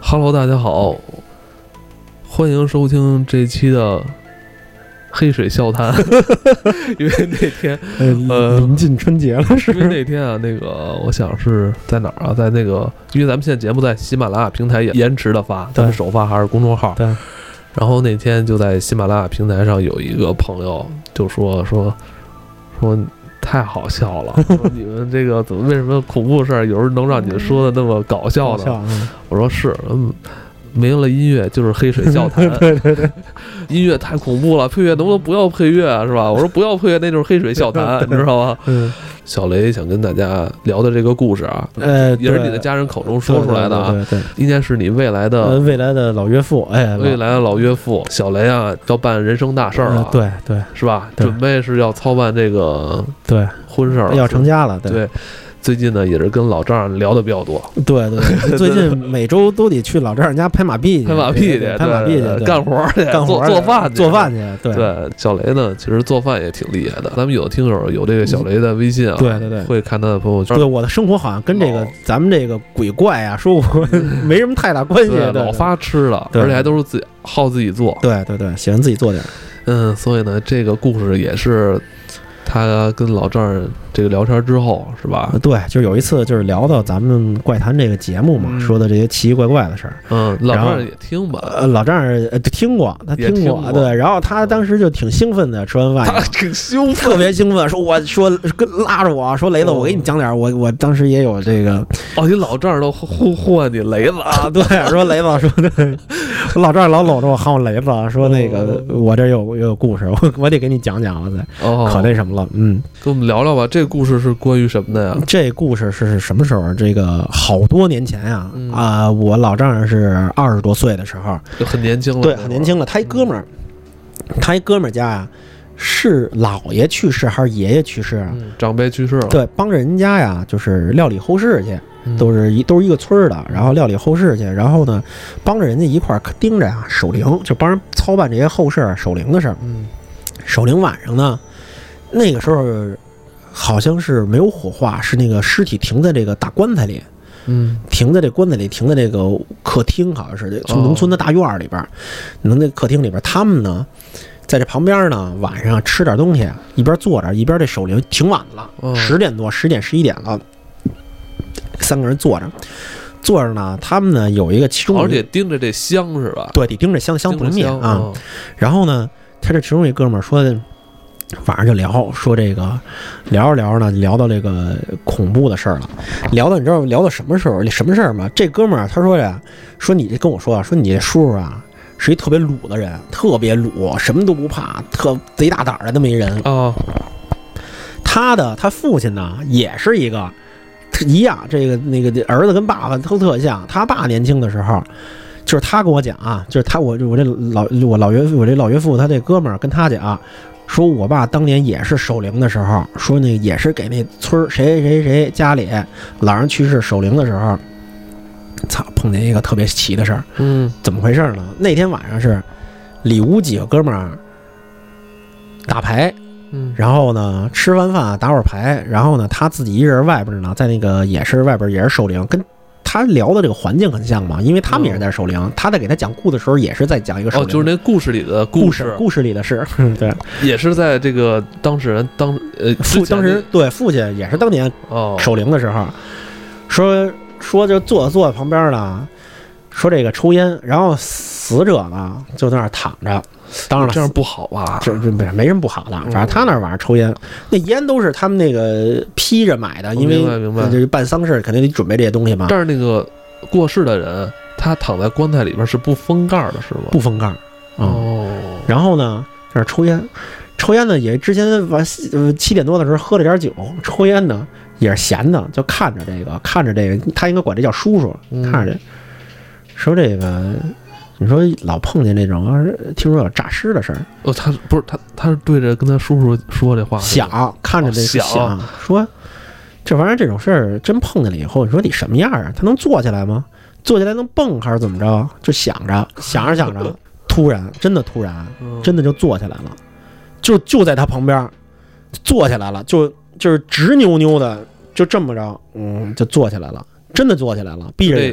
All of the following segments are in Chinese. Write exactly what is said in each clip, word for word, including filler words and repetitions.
Hello， 大家好，欢迎收听这一期的黑水笑谈。因为那天呃临近春节了，是因为那天啊，那个我想是在哪儿啊，在那个，因为咱们现在节目在喜马拉雅平台也延迟的发，咱们首发还是公众号。 对。 然后那天就在喜马拉雅平台上有一个朋友就说说说太好笑了，说你们这个怎么为什么恐怖事儿有时候能让你们说的那么搞笑呢？ 嗯、 我说是，嗯。没了音乐就是黑水笑谈。 对对对， 音乐太恐怖了，配乐能不能不要配乐啊？是吧？我说不要配乐，那就是黑水笑谈，你知道吗？ 嗯。 小雷想跟大家聊的这个故事啊， 呃， 也是你的家人口中说出来的啊， 对 对, 对, 对， 应该是你未来的、 呃、未来的老岳父，哎， 未来的老岳父小雷啊，要办人生大事了、 呃，对对， 是吧？准备是要操办这个对婚事了， 要成家了，对。 对最近呢，也是跟老丈人聊的比较多。 对对对，最近每周都得去老丈人家拍马屁去， 拍马屁去， 拍马屁去， 干活去， 干活做饭去， 做饭去。对对，小雷呢，其实做饭也挺厉害的。咱们有的听友有这个小雷的微信啊， 对对对， 会看他的朋友圈。 对，我的生活好像跟这个、哦、咱们这个鬼怪啊，说我没什么太大关系。 对，老发吃的，而且还都是自己好自己做。 对对对，喜欢自己做点。 嗯，所以呢，这个故事也是。他跟老丈人这个聊天之后，是吧？ 对，就有一次就是聊到咱们怪谈这个节目嘛，嗯、说的这些奇奇怪怪的事儿。 嗯，老丈人也听吧？ 呃，老丈人呃听过，他听过， 听过对。然后他当时就挺兴奋的，吃完饭他挺兴奋， 特别兴奋，说我说跟拉着我说雷子，我给你讲点，我我当时也有这个。 哦，你老丈人都呼呼唤你雷子啊？对，说雷子说对，我老丈人老搂着我喊我雷子，说那个、哦、我这有有故事，我我得给你讲讲了，再哦， 可那什么了。嗯， 跟我们聊聊吧。这个故事是关于什么的呀？ 这故事是什么时候？这个好多年前呀、啊，嗯、啊，我老丈人是二十多岁的时候， 就很年轻了。 对，很年轻了。他一哥们儿，嗯、他一哥们儿家呀，是姥爷去世还是爷爷去世啊？ 嗯、长辈去世了。 对，帮着人家呀，就是料理后事去。 嗯、 都是一都是一个村儿的，然后料理后事去，然后呢，帮着人家一块儿盯着呀守灵，就帮人操办这些后事守灵的事儿。 嗯， 守灵晚上呢，那个时候好像是没有火化，是那个尸体停在这个大棺材里， 嗯， 停在这棺材里，停在这个客厅，好像是从农村的大院里边，能、哦、那客厅里边，他们呢。在这旁边呢，晚上吃点东西，一边坐着一边这守灵，挺晚的了，十、哦、点多，十点十一点了。三个人坐着，坐着呢，他们呢有一个其中， 而且盯着这香是吧？ 对，得盯着香，香不能灭啊、 哦。 然后呢，他这其中一哥们儿说，晚上就聊说这个，聊着聊着呢，聊到这个恐怖的事儿了。聊到你知道聊到什么时候？什么事儿吗？这哥们儿他说呀，说你这跟我说啊，说你这叔叔啊是一特别鲁的人，特别鲁，什么都不怕，特贼大胆的那么一人啊、 哦。 他的他父亲呢也是一个。一样，这个那个儿子跟爸爸都特像。他爸年轻的时候，就是他跟我讲啊，就是他我我这老我老岳父我这老岳父他这哥们儿跟他讲，说我爸当年也是守灵的时候，说那也是给那村谁谁谁家里老人去世守灵的时候，操碰见一个特别奇的事儿。 嗯， 怎么回事呢？那天晚上是里屋几个哥们儿打牌。然后呢，吃完饭打会儿牌，然后呢，他自己一人外边呢，在那个也是外边也是守灵，跟他聊的这个环境很像嘛，因为他们也是在守灵，哦、他在给他讲故的时候也是在讲一个守灵。 哦，就是那故事里的故事，故事里的事，对， 也是在这个当事人当呃父当时对父亲也是当年守灵的时候，哦、说说就坐坐在旁边呢，说这个抽烟，然后死者呢就在那儿躺着。当然了， 这样不好吧？ 这这没没什么不好的，反正他那晚上抽烟，那烟都是他们那个批着买的，因为这办丧事肯定得准备这些东西嘛。 但是那个过世的人，他躺在棺材里边是不封盖的，是吗？ 不封盖。 嗯、哦。 然后呢，在那抽烟，抽烟呢也之前晚呃七点多的时候喝了点酒，抽烟呢也是闲的，就看着这个看着这个，他应该管这叫叔叔，看着这，说这个。你说老碰见那种，听说有诈尸的事儿。 哦，他不是他，他是对着跟他叔叔说这话， 想看着这个想、 哦、 说，这玩意儿这种事儿真碰见了以后，你说得什么样啊？他能坐起来吗？坐起来能蹦还是怎么着？就想着想着想着，突然真的突然真的就坐起来了，就就在他旁边坐起来了，就就是直扭扭的，就这么着，嗯，就坐起来了，真的坐起来了，闭着眼。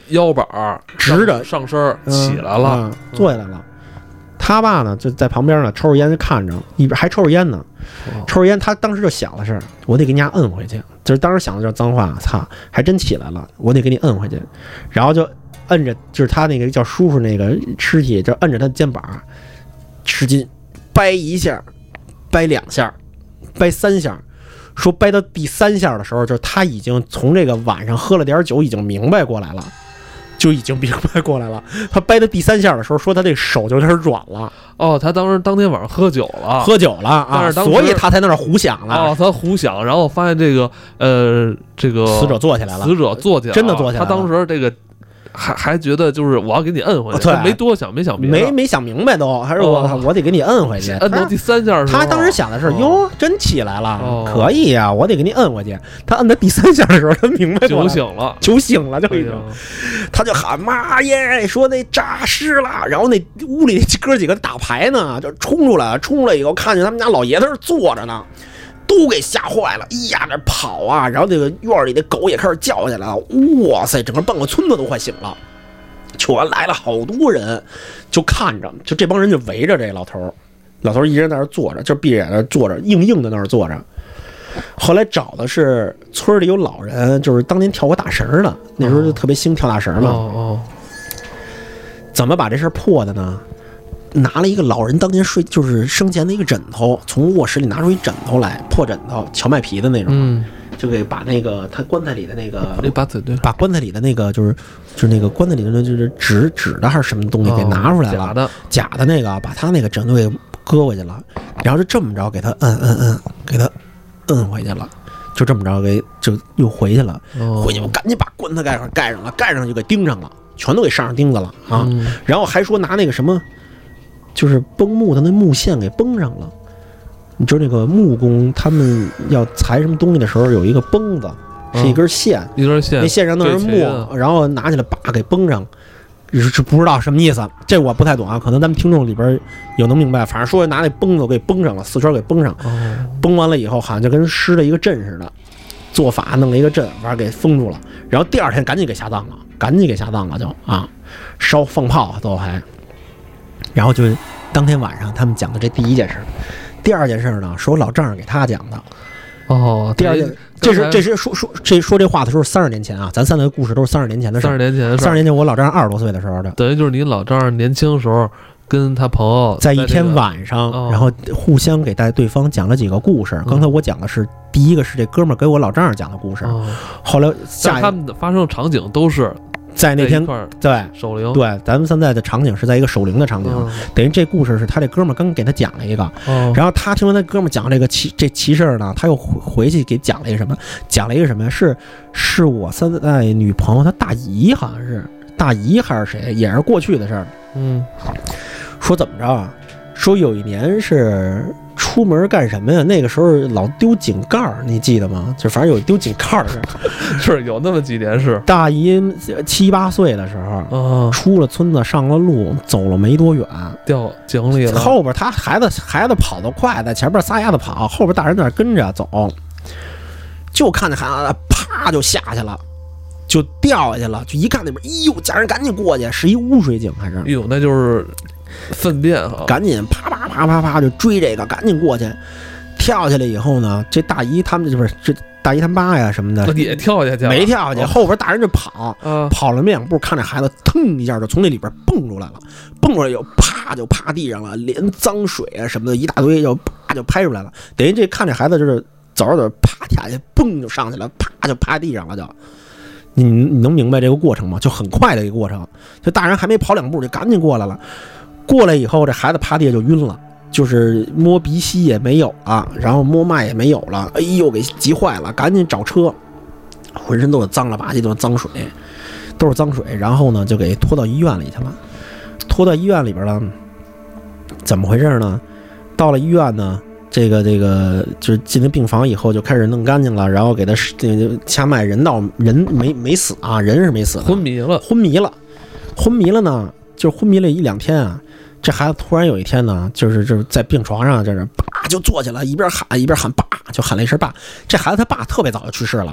腰板直着上身起来了， 嗯嗯、坐下来了。他爸呢就在旁边呢，抽着烟就看着，一边还抽着烟呢，抽着烟。他当时就想的是，我得给你家摁回去。就是当时想的就是脏话，操，还真起来了，我得给你摁回去。然后就摁着，就是他那个叫叔叔那个尸体，就摁着他肩膀，使劲掰一下，掰两下，掰三下。说掰到第三下的时候，就是他已经从这个晚上喝了点酒，已经明白过来了。就已经明白过来了。他掰到第三下的时候，说他这手就有点软了。 哦，他当时当天晚上喝酒了， 喝酒了啊， 但是当时所以他才在那儿胡想了。 哦，他胡想，然后发现这个呃，这个死者坐起来了， 死者坐起来了， 真的坐起来了。 他当时这个。还还觉得就是我要给你摁回去，没多想，没想明白， 没没想明白都，还是我、哦、我得给你摁回去。 摁到第三下的时候， 他当时想的是，哟、哦，真起来了、哦，可以呀、啊，我得给你摁回去。他摁到第三下的时候，他明白酒醒了， 酒醒了就已经， 哎、 他就喊妈耶，说那诈尸了。然后那屋里哥几个打牌呢，就冲出来，冲出来以后看见他们家老爷子是坐着呢。都给吓坏了，哎呀，这跑啊！然后这个院里的狗也开始叫起来了，哇塞，整个半个村子都快醒了。就完来了好多人，就看着，就这帮人就围着这老头，老头一人在那儿坐着，就闭着眼在坐着，硬硬的那儿坐着。后来找的是村里有老人，就是当年跳过大绳的，那时候就特别兴跳大绳嘛。 哦哦， 怎么把这事破的呢？拿了一个老人当年睡就是生前的一个枕头，从卧室里拿出一枕头来，破枕头，荞麦皮的那种， 嗯， 就给把那个他棺材里的那个， 把对， 把棺材里的那个就是就是那个棺材里的就是纸纸的还是什么东西给拿出来了， 哦、假的假的那个，把他那个枕头给搁回去了，然后就这么着给他摁摁摁，给他摁回去了，就这么着给就又回去了， 哦、 回去我赶紧把棺材盖上盖上了，盖上就给钉上了，全都给上上钉子了啊， 嗯、 然后还说拿那个什么。就是崩木的那木线给崩上了，你知道那个木工他们要裁什么东西的时候有一个崩子，是一根线， 一根线， 那线上弄是木，然后拿起来叭给崩上，是不知道什么意思，这我不太懂啊，可能咱们听众里边有能明白，反正说拿那崩子给崩上了，四圈给崩上， 哦、 崩完了以后好像就跟施了一个阵似的，做法弄了一个阵，反正给封住了，然后第二天赶紧给下葬了，赶紧给下葬了就啊，烧放炮都还。然后就当天晚上他们讲的这第一件事，第二件事呢是我老丈人给他讲的。 哦， 第二件，这是这是说说这说这话的时候三十年前啊，咱三个故事都是三十年前的事。 三十年前， 三十年前我老丈人二十多岁的时候的， 等于就是你老丈人年轻时候跟他朋友在一天晚上， 哦、 然后互相给带对方讲了几个故事。刚才我讲的是第一个是这哥们儿给我老丈人讲的故事， 哦、 后来下他们的发生的场景都是。 在那天对守灵， 对，咱们现在的场景是在一个守灵的场景，嗯、等于这故事是他这哥们儿刚给他讲了一个， 哦、 然后他听完他哥们儿讲这个奇这奇事儿呢，他又回去给讲了一个什么，讲了一个什么是是我现在女朋友她大姨，好像是大姨还是谁，也是过去的事儿， 嗯， 说怎么着啊？说有一年是出门干什么呀？那个时候老丢井盖儿，你记得吗？就反正有丢井盖儿的， 是有那么几年是大姨七八岁的时候， 哦、 出了村子上了路，走了没多远， 掉井里了。 后边他孩子孩子跑得快，在前边撒丫子跑，后边大人在那跟着走，就看见孩子啪就下去了。就掉下去了，就一看那边，哎呦，家人赶紧过去，是一污水井还是？ 哎呦，那就是粪便哈！ 赶紧啪啪啪啪啪就追这个，赶紧过去。跳下来以后呢，这大姨他们就是这大姨他妈呀什么的也跳下去了， 没跳下去，后边大人就跑， 哦、 跑了没两步，看着孩子腾一下就从那里边蹦出来了，蹦出来以后啪就趴地上了，连脏水啊什么的一大堆，就啪就拍出来了。等于这看着孩子就是走着走着啪跳下去，蹦就上去了，啪就趴地上了就。你你能明白这个过程吗？就很快的一个过程，就大人还没跑两步就赶紧过来了。过来以后，这孩子趴地下就晕了，就是摸鼻息也没有了，然后摸脉也没有了，哎呦，给急坏了，赶紧找车，浑身都是脏了吧唧，都是脏水，都是脏水。然后呢，就给拖到医院里去了。拖到医院里边了，怎么回事呢？到了医院呢。这个这个就是进了病房以后就开始弄干净了，然后给他这个掐脉，人到人没没死啊，人是没死， 昏迷了， 昏迷了，昏迷了呢，就是昏迷了一两天啊。这孩子突然有一天呢，就是就是在病床上，就是叭就坐起来，一边喊一边喊爸，就喊了一声爸。这孩子他爸特别早就去世了，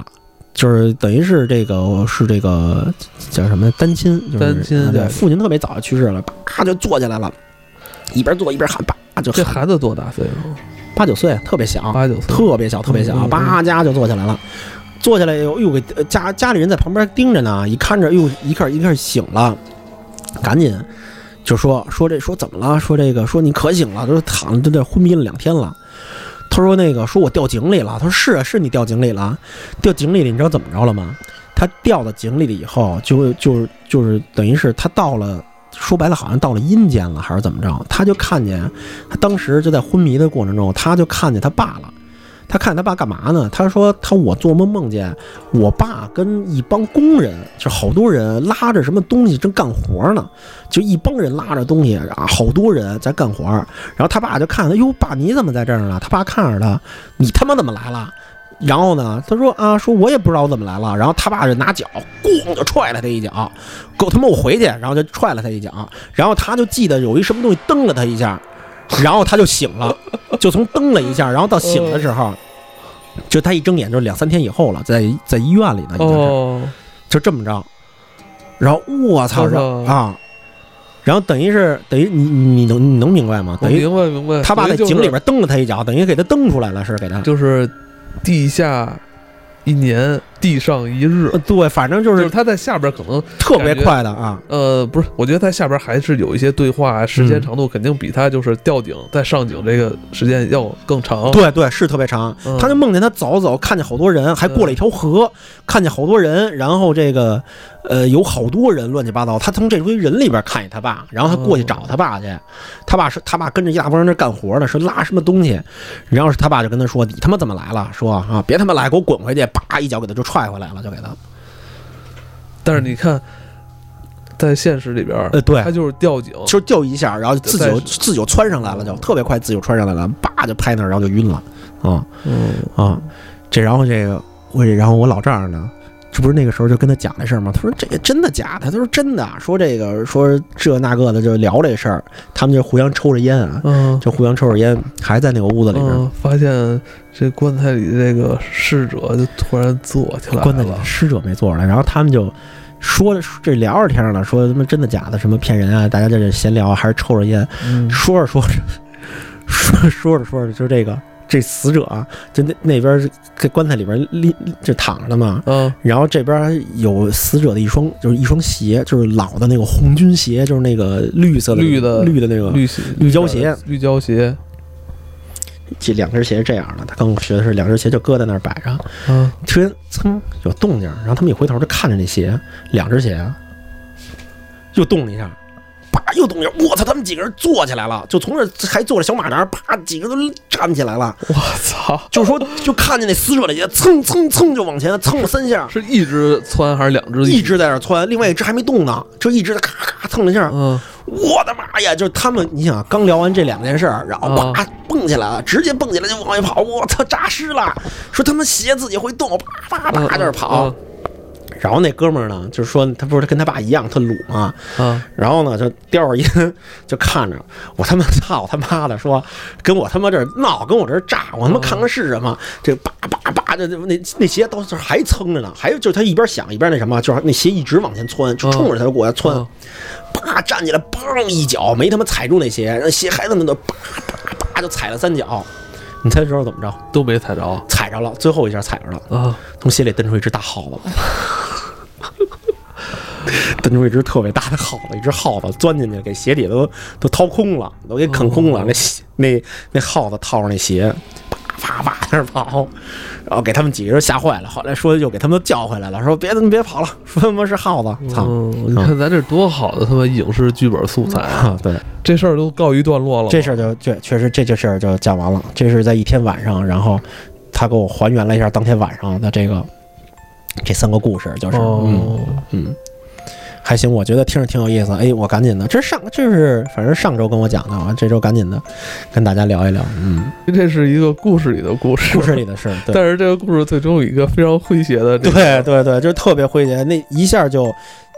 就是等于是这个是这个叫什么单亲，就是、 单亲对，父亲特别早就去世了，啪就坐起来了，一边坐一边喊，啪就喊。 这孩子多大岁数？ 八九岁，特别小， 八九岁， 特别小，特别小， 嗯嗯嗯叭家就坐起来了。坐下来，哟哟，给家家里人在旁边盯着呢，一看着，哟，一看一看醒了，赶紧就说说这说怎么了？说这个说你可醒了，都躺着都这昏迷了两天了。他说那个说我掉井里了。他说是啊，是你掉井里了，掉井里了，你知道怎么着了吗？他掉到井里了以后，就就就是等于是他到了。说白了，好像到了阴间了，还是怎么着？他就看见，他当时就在昏迷的过程中，他就看见他爸了。他看见他爸干嘛呢？他说他我做梦梦见我爸跟一帮工人，就好多人拉着什么东西正干活呢，就一帮人拉着东西啊，好多人在干活。然后他爸就看他，哟，爸你怎么在这儿呢？他爸看着他，你他妈怎么来了？然后呢，他说啊，说我也不知道我怎么来了。然后他爸就拿脚，咣就踹了他一脚，够他妈我回去，然后就踹了他一脚。然后他就记得有一什么东西蹬了他一下，然后他就醒了，就从蹬了一下，然后到醒的时候，就他一睁眼就是两三天以后了，在在医院里呢，已经是就这么着。然后我操啊！然后等于是等于你你能你能明白吗？等于明白明白。 他爸在井里边蹬了他一脚，等于给他蹬出来了，是给他就是。地下一年，地上一日。 对，反正就是、 就是、他在下边可能特别快的啊。 呃，不是，我觉得在下边还是有一些对话，时间长度肯定比他就是吊顶再上井这个时间要更长。 对对，是特别长。 嗯、 他就梦见他走走，看见好多人，还过了一条河，嗯、看见好多人，然后这个呃有好多人乱七八糟。他从这堆人里边看见他爸，然后他过去找他爸去。嗯、他爸是他爸跟着一大帮人那干活呢，说拉什么东西，然后是他爸就跟他说：“你他妈怎么来了？说啊，别他妈来，给我滚回去！”叭一脚给他就踹回来了，就给他。 但是你看，在现实里边， 呃，对， 他就是吊井， 就是吊一下，然后自己就自己就窜上来了，就特别快，自己就窜上来了，叭就拍那儿，然后就晕了，啊， 嗯啊，这然后这个我然后我老丈人呢，这不是那个时候就跟他讲这事儿吗？他说这个真的假的？他说真的，说这个说这那个的就聊这事儿，他们就互相抽着烟啊， 嗯， 就互相抽着烟，还在那个屋子里边， 嗯、发现这棺材里这个逝者就突然坐起来了， 棺材里的逝者没坐着来，然后他们就。说这聊着天了，说他妈真的假的，什么骗人啊？大家在这闲聊，还是抽着烟， 嗯、 说着说着，说说着说着，就这个这死者啊，就那那边在棺材里边立就躺着呢嘛， 嗯， 然后这边有死者的一双就是一双鞋，就是老的那个红军鞋，就是那个绿色的绿的绿的那个绿绿胶鞋， 绿胶鞋。 这两只鞋是这样的，他刚学的是两只鞋就搁在那儿摆着， 嗯， 突然噌有动静，然后他们一回头就看着那鞋，两只鞋啊，又动了一下，啪又动一下，我操！他们几个人坐起来了，就从这还坐着小马扎，啪几个都站起来了， 我操！ 就说就看见那死者的鞋蹭蹭蹭就往前蹭了三下， 是一只窜还是两只？ 一只在那窜，另外一只还没动呢，就一直在咔咔蹭了一下， 嗯。 我的妈呀！就是他们，你想刚聊完这两件事儿，然后哇蹦起来了，直接蹦起来就往外跑，我操，诈尸了！说他们鞋自己会动，啪啪啪就是跑。 嗯嗯、 然后那哥们儿呢，就是说他不是他跟他爸一样，他鲁嘛， 嗯、 然后呢就叼着烟就看着我他妈操他妈的，说跟我他妈这儿闹，跟我这儿炸，我他妈看看是什么，嗯、这叭叭叭的那那鞋到这还蹭着呢，还有就是他一边想一边那什么，就是那鞋一直往前窜，就冲着他就过来窜。嗯嗯啪站起来，砰一脚，没他妈踩住那鞋，那鞋还在那都啪啪啪就踩了三脚。你猜知道怎么着？ 都没踩着， 踩着了，最后一下踩着了啊！ 从鞋里蹬出一只大耗子，蹬出一只特别大的耗子，一只耗子钻进去，给鞋底都都掏空了，都给啃空了。 哦、 那那那耗子套上那鞋，啪啪啪在那跑。然后给他们几个人吓坏了，后来说又给他们叫回来了，说别你别跑了，说他妈是耗子，操！ 嗯、你看咱这多好的他妈影视剧本素材啊！ 对， 这事儿都告一段落了。 这事儿就对，确实这这事儿就讲完了。这是在一天晚上，然后他给我还原了一下当天晚上的这个这三个故事，就是、 哦、 嗯嗯。还行，我觉得听着挺有意思。哎，我赶紧的，这是上这是反正上周跟我讲的，我这周赶紧的跟大家聊一聊。嗯， 这是一个故事里的故事， 故事里的事。 但是这个故事最终有一个非常诙谐的、这个， 对对对，就是特别诙谐，那一下就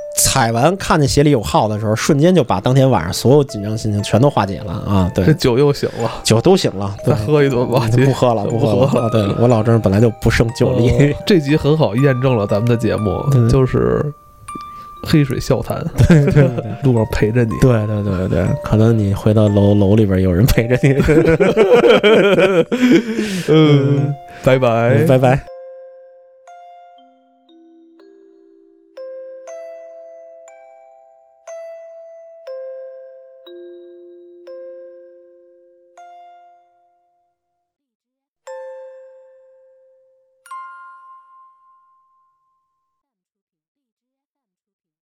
采完看见鞋里有号的时候，瞬间就把当天晚上所有紧张心情全都化解了啊！对， 这酒又醒了， 酒都醒了， 再喝一顿吧， 不喝了，不喝了。对，我老郑本来就不胜酒力、 呃。这集很好验证了咱们的节目，嗯、就是黑水笑谈， 对对对， 路上陪着你。 对对对对，可能你回到楼楼里边有人陪着你。 嗯，拜拜， 拜拜。